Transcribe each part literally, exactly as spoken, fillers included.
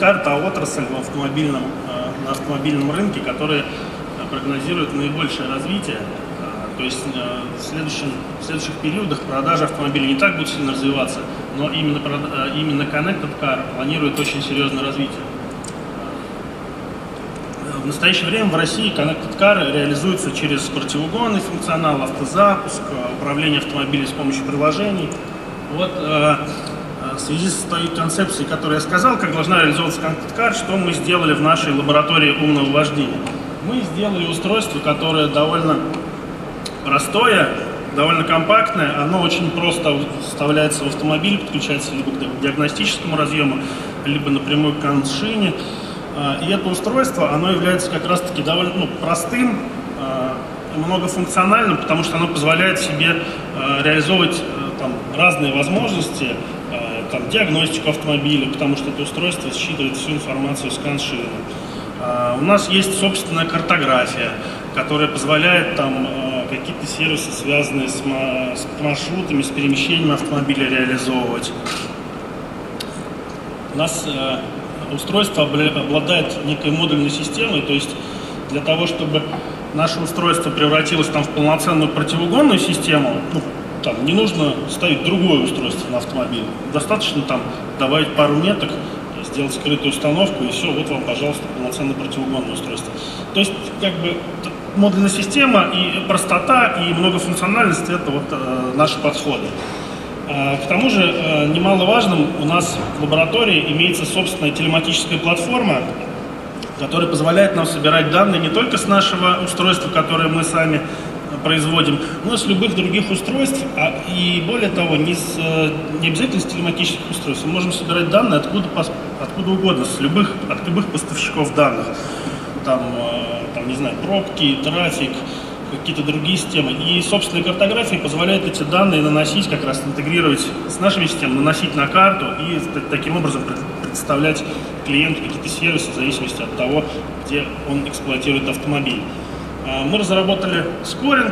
Car – та отрасль в автомобильном, на автомобильном рынке, которая прогнозирует наибольшее развитие. То есть в, следующем, в следующих периодах продажи автомобилей не так будут сильно развиваться, но именно, именно Connected Car планирует очень серьезное развитие. В настоящее время в России Connected Car реализуется через противоугонный функционал, автозапуск, управление автомобилем с помощью приложений. Вот в связи с той концепцией, которую я сказал, как должна реализовываться Connected Car, что мы сделали в нашей лаборатории умного вождения. Мы сделали устройство, которое довольно простое, довольно компактное, оно очень просто вставляется в автомобиль, подключается либо к диагностическому разъему, либо напрямую к коншине. И это устройство, оно является как раз-таки довольно ну, простым, многофункциональным, потому что оно позволяет себе реализовывать там, разные возможности, там, диагностику автомобиля, потому что это устройство считывает всю информацию с коншины. У нас есть собственная картография, которая позволяет там какие-то сервисы, связанные с маршрутами, с перемещением автомобиля, реализовывать. У нас устройство обладает некой модульной системой, то есть для того, чтобы наше устройство превратилось там, в полноценную противоугонную систему, ну, там, не нужно ставить другое устройство на автомобиль. Достаточно там добавить пару меток, сделать скрытую установку, и все, вот вам, пожалуйста, полноценное противоугонное устройство. То есть, как бы, модульная система и простота, и многофункциональность – это вот э, наши подходы. Э, к тому же, э, немаловажным, у нас в лаборатории имеется собственная телематическая платформа, которая позволяет нам собирать данные не только с нашего устройства, которое мы сами производим, но и с любых других устройств, а, и более того, не, с, не обязательно с телематических устройств. Мы можем собирать данные откуда, откуда угодно, с любых, от любых поставщиков данных. Там, там, не знаю, пробки, трафик, какие-то другие системы. И собственная картография позволяет эти данные наносить, как раз интегрировать с нашими системами, наносить на карту и таким образом представлять клиенту какие-то сервисы в зависимости от того, где он эксплуатирует автомобиль. Мы разработали скоринг,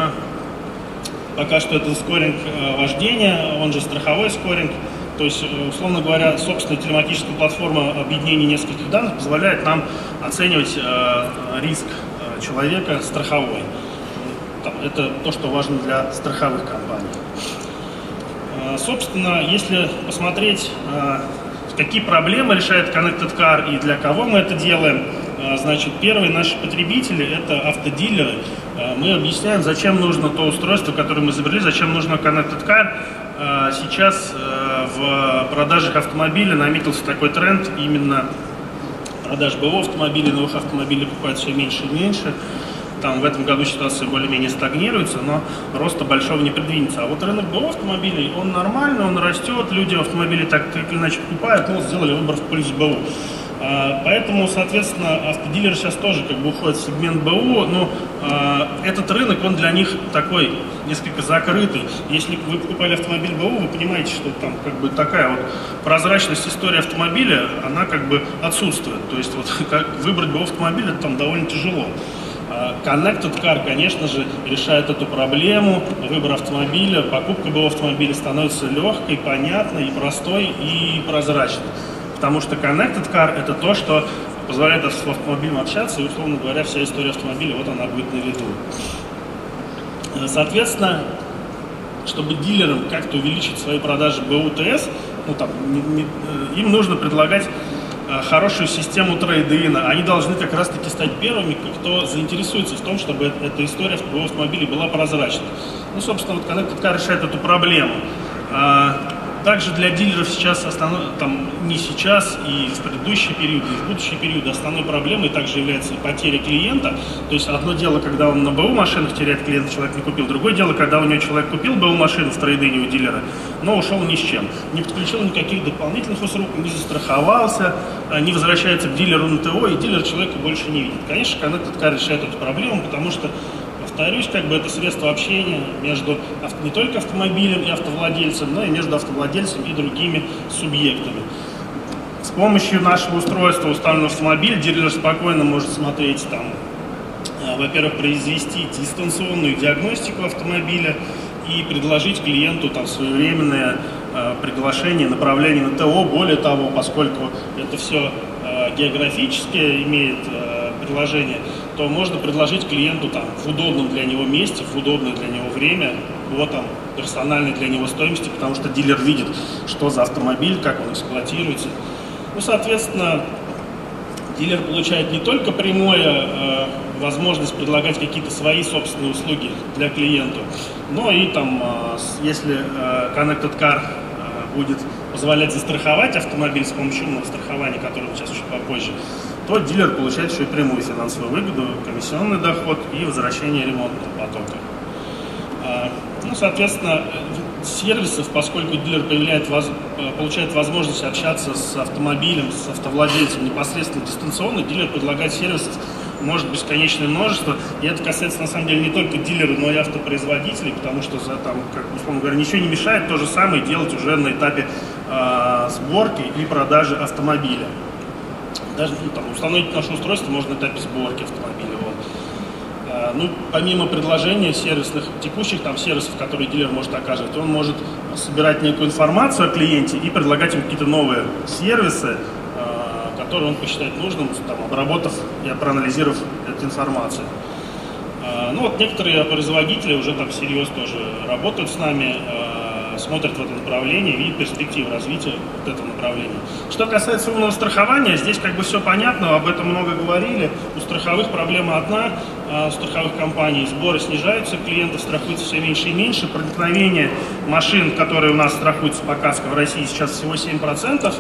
пока что это скоринг вождения, он же страховой скоринг. То есть, условно говоря, собственная телематическая платформа объединения нескольких данных позволяет нам оценивать риск человека страховой. Это то, что важно для страховых компаний. Собственно, если посмотреть, какие проблемы решает Connected Car и для кого мы это делаем, значит, первые наши потребители – это автодилеры. Мы объясняем, зачем нужно то устройство, которое мы изобрели, зачем нужно Connected Car. Сейчас в продажах автомобилей наметился такой тренд, именно продаж БУ автомобилей, новых автомобилей покупают все меньше и меньше. Там в этом году ситуация более-менее стагнируется, но роста большого не предвидится. А вот рынок БУ автомобилей, он нормальный, он растет, люди автомобили так или иначе покупают, но сделали выбор в пользу БУ. Поэтому, соответственно, автодилеры сейчас тоже как бы уходят в сегмент БУ, но э, этот рынок, он для них такой несколько закрытый. Если вы покупали автомобиль БУ, вы понимаете, что там как бы такая вот прозрачность истории автомобиля, она как бы отсутствует. То есть вот как выбрать БУ автомобиль, это там довольно тяжело. Connected Car, конечно же, решает эту проблему. Выбор автомобиля, покупка БУ автомобиля становится легкой, понятной, и простой, и прозрачной. Потому что Connected Car – это то, что позволяет с автомобилем общаться, и, условно говоря, вся история автомобиля, вот она будет на виду. Соответственно, чтобы дилерам как-то увеличить свои продажи БУ ТС, ну, там, не, не, им нужно предлагать хорошую систему трейд-ина. Они должны как раз-таки стать первыми, кто заинтересуется в том, чтобы эта история в БУ автомобилей была прозрачной. Ну, собственно, вот Connected Car решает эту проблему. Также для дилеров сейчас, основной, там, не сейчас, и в предыдущий период, и в будущий период основной проблемой также является потеря клиента. То есть одно дело, когда он на БУ машинах теряет клиента, человек не купил. Другое дело, когда у него человек купил БУ машину в трейд-ине у дилера, но ушел ни с чем. Не подключил никаких дополнительных услуг, не застраховался, не возвращается к дилеру на ТО, и дилер человека больше не видит. Конечно, Connected Car решает эту проблему, потому что, повторюсь, как бы это средство общения между не только автомобилем и автовладельцем, но и между автовладельцем и другими субъектами. С помощью нашего устройства, установленного в автомобиль, дилер спокойно может смотреть там, во-первых, произвести дистанционную диагностику автомобиля и предложить клиенту там своевременное э, приглашение, направление на ТО. Более того, поскольку это все э, географически имеет э, приложение, то можно предложить клиенту там, в удобном для него месте, в удобное для него время, по там, персональной для него стоимости, потому что дилер видит, что за автомобиль, как он эксплуатируется. Ну, соответственно, дилер получает не только прямую э, возможность предлагать какие-то свои собственные услуги для клиента, но и там, э, если э, Connected Car э, будет позволять застраховать автомобиль с помощью умного страхования, которое сейчас чуть попозже, то дилер получает еще и прямую финансовую выгоду, комиссионный доход и возвращение ремонтного потока. Э, ну, соответственно, сервисов, поскольку дилер появляет, получает возможность общаться с автомобилем, с автовладельцем непосредственно дистанционно, дилер предлагает сервисов может бесконечное множество. И это касается, на самом деле, не только дилеров, но и автопроизводителей, потому что, за, там, как, условно говоря, ничего не мешает то же самое делать уже на этапе э, сборки и продажи автомобиля. Даже ну, там, установить наше устройство можно на этапе сборки автомобиля. Вот. Ну, помимо предложения сервисных, текущих там сервисов, которые дилер может оказывать, он может собирать некую информацию о клиенте и предлагать ему какие-то новые сервисы, которые он посчитает нужным, там, обработав и проанализировав эту информацию. Ну вот некоторые производители уже там серьезно тоже работают с нами, смотрят в это направление, видят перспективы развития вот этого направления. Что касается умного страхования, здесь как бы все понятно, об этом много говорили. У страховых проблема одна, у страховых компаний сборы снижаются, клиентов страхуется все меньше и меньше. Проникновение машин, которые у нас страхуются по КАСКО в России, сейчас всего семь процентов.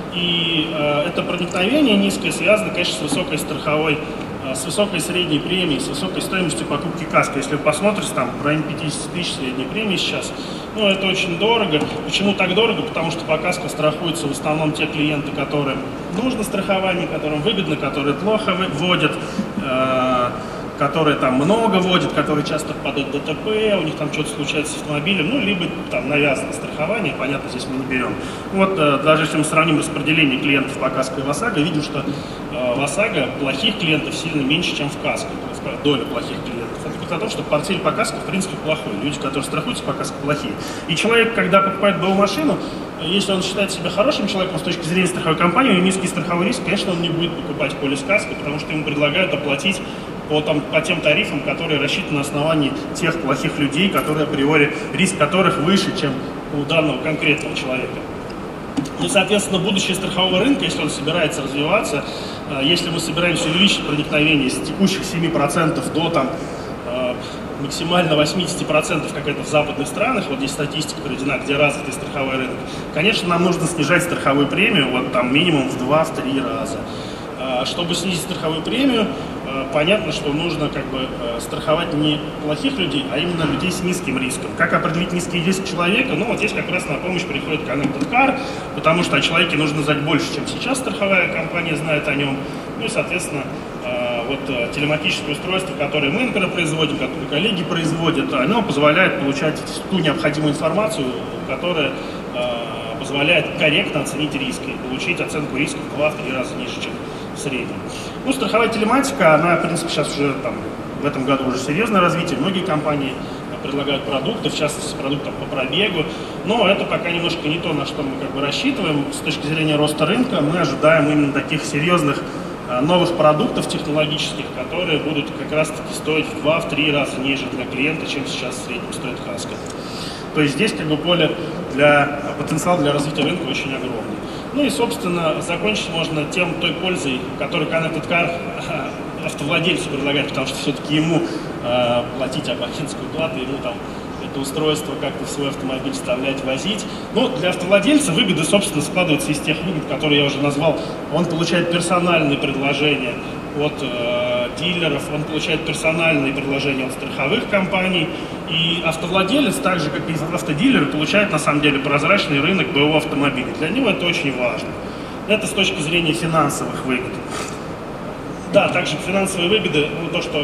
И э, это проникновение низкое связано, конечно, с высокой страховой, э, с высокой средней премией, с высокой стоимостью покупки КАСКО. Если вы посмотрите, там в районе пятьдесят тысяч средней премии сейчас, ну это очень дорого. Почему так дорого? Потому что по КАСКО страхуются в основном те клиенты, которым нужно страхование, которым выгодно, которые плохо вводят, э, которые там много водят, которые часто попадают в ДТП, у них там что-то случается с автомобилем, ну, либо там навязано страхование, понятно, здесь мы не берем. Вот э, даже если мы сравним распределение клиентов по КАСКО и в ОСАГО, видим, что э, в ОСАГО плохих клиентов сильно меньше, чем в КАСКО, доля плохих клиентов. Это говорит о том, что портфель по КАСКО, в принципе, плохой. Люди, которые страхуются по КАСКО, плохие. И человек, когда покупает БУ-машину, если он считает себя хорошим человеком с точки зрения страховой компании, у него низкий страховой риск, конечно, он не будет покупать полис КАСКО, потому что ему предлагают оплатить По, там, по тем тарифам, которые рассчитаны на основании тех плохих людей, которые априори, риск которых выше, чем у данного конкретного человека. Ну, соответственно, будущее страхового рынка, если он собирается развиваться, если мы собираемся увеличить проникновение с текущих семи процентов до там, максимально восемьдесят процентов, как это в западных странах, вот здесь статистика приведена, где развитый страховой рынок, конечно, нам нужно снижать страховую премию вот там минимум в два-три раза. Чтобы снизить страховую премию, понятно, что нужно как бы страховать не плохих людей, а именно людей с низким риском. Как определить низкий риск человека? Ну вот здесь как раз на помощь приходит Connected Car, потому что о человеке нужно знать больше, чем сейчас страховая компания знает о нем. Ну и, соответственно, вот телематическое устройство, которое мы, например, производим, которое коллеги производят, оно позволяет получать ту необходимую информацию, которая позволяет корректно оценить риски, получить оценку рисков в два-три раза ниже, чем в среднем. Ну, страховая телематика, она, в принципе, сейчас уже там, в этом году уже серьезное развитие. Многие компании предлагают продукты, в частности, продуктов по пробегу. Но это пока немножко не то, на что мы как бы рассчитываем. С точки зрения роста рынка мы ожидаем именно таких серьезных новых продуктов технологических, которые будут как раз-таки стоить в два-три раза ниже для клиента, чем сейчас в среднем стоит КАСКО. То есть здесь как бы поле для, потенциал для развития рынка очень огромный. Ну и, собственно, закончить можно тем, той пользой, которую Connected Car автовладельцу предлагает, потому что все-таки ему э, платить абонентскую плату, ему там это устройство как-то в свой автомобиль вставлять, возить. Но для автовладельца выгоды, собственно, складываются из тех выгод, которые я уже назвал. Он получает персональные предложения от э, дилеров, он получает персональные предложения от страховых компаний. И автовладелец, так же как и автодилер, получает на самом деле прозрачный рынок БУ автомобилей. Для него это очень важно. Это с точки зрения финансовых выгод. Да, также финансовые выгоды, ну, то, что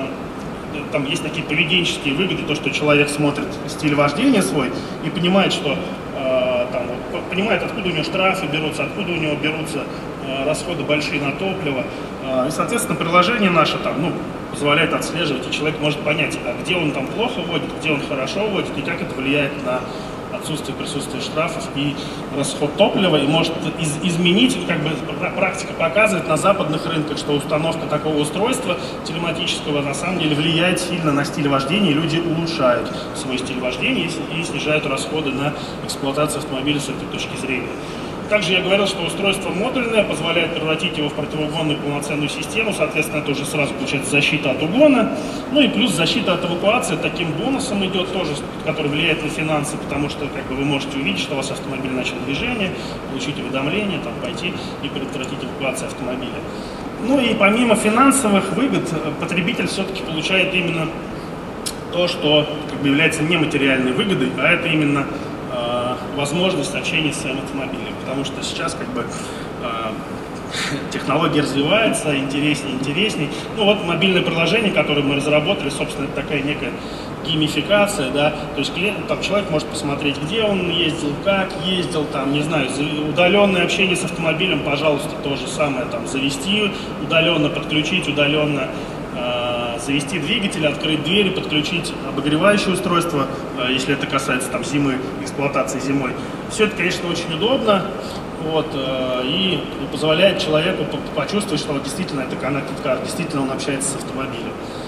э, там есть такие поведенческие выгоды, то, что человек смотрит стиль вождения свой и понимает, что э, там, понимает, откуда у него штрафы берутся, откуда у него берутся э, расходы большие на топливо. Э, и, соответственно, приложение наше там, ну, позволяет отслеживать, и человек может понять, а где он там плохо водит, где он хорошо водит, и как это влияет на отсутствие присутствия штрафов и расход топлива, и может из, изменить, как бы практика показывает на западных рынках, что установка такого устройства телематического на самом деле влияет сильно на стиль вождения, и люди улучшают свой стиль вождения и, и снижают расходы на эксплуатацию автомобиля с этой точки зрения. Также я говорил, что устройство модульное, позволяет превратить его в противоугонную полноценную систему, соответственно, это уже сразу получается защита от угона, ну и плюс защита от эвакуации таким бонусом идет тоже, который влияет на финансы, потому что как бы, вы можете увидеть, что у вас автомобиль начал движение, получить уведомление, там, пойти и предотвратить эвакуацию автомобиля. Ну и помимо финансовых выгод, потребитель все-таки получает именно то, что как бы, является нематериальной выгодой, а это именно возможность общения с своим автомобилем, потому что сейчас как бы э, технология развивается, интереснее, интереснее. Ну вот мобильное приложение, которое мы разработали, собственно, это такая некая геймификация, да, то есть клиент, там, человек может посмотреть, где он ездил, как ездил, там, не знаю, удаленное общение с автомобилем, пожалуйста, то же самое, там, завести удаленно, подключить удаленно, завести двигатель, открыть двери, подключить обогревающее устройство, если это касается там, зимы, эксплуатации зимой. Все это, конечно, очень удобно, вот, и позволяет человеку почувствовать, что действительно это connected car, действительно он общается с автомобилем.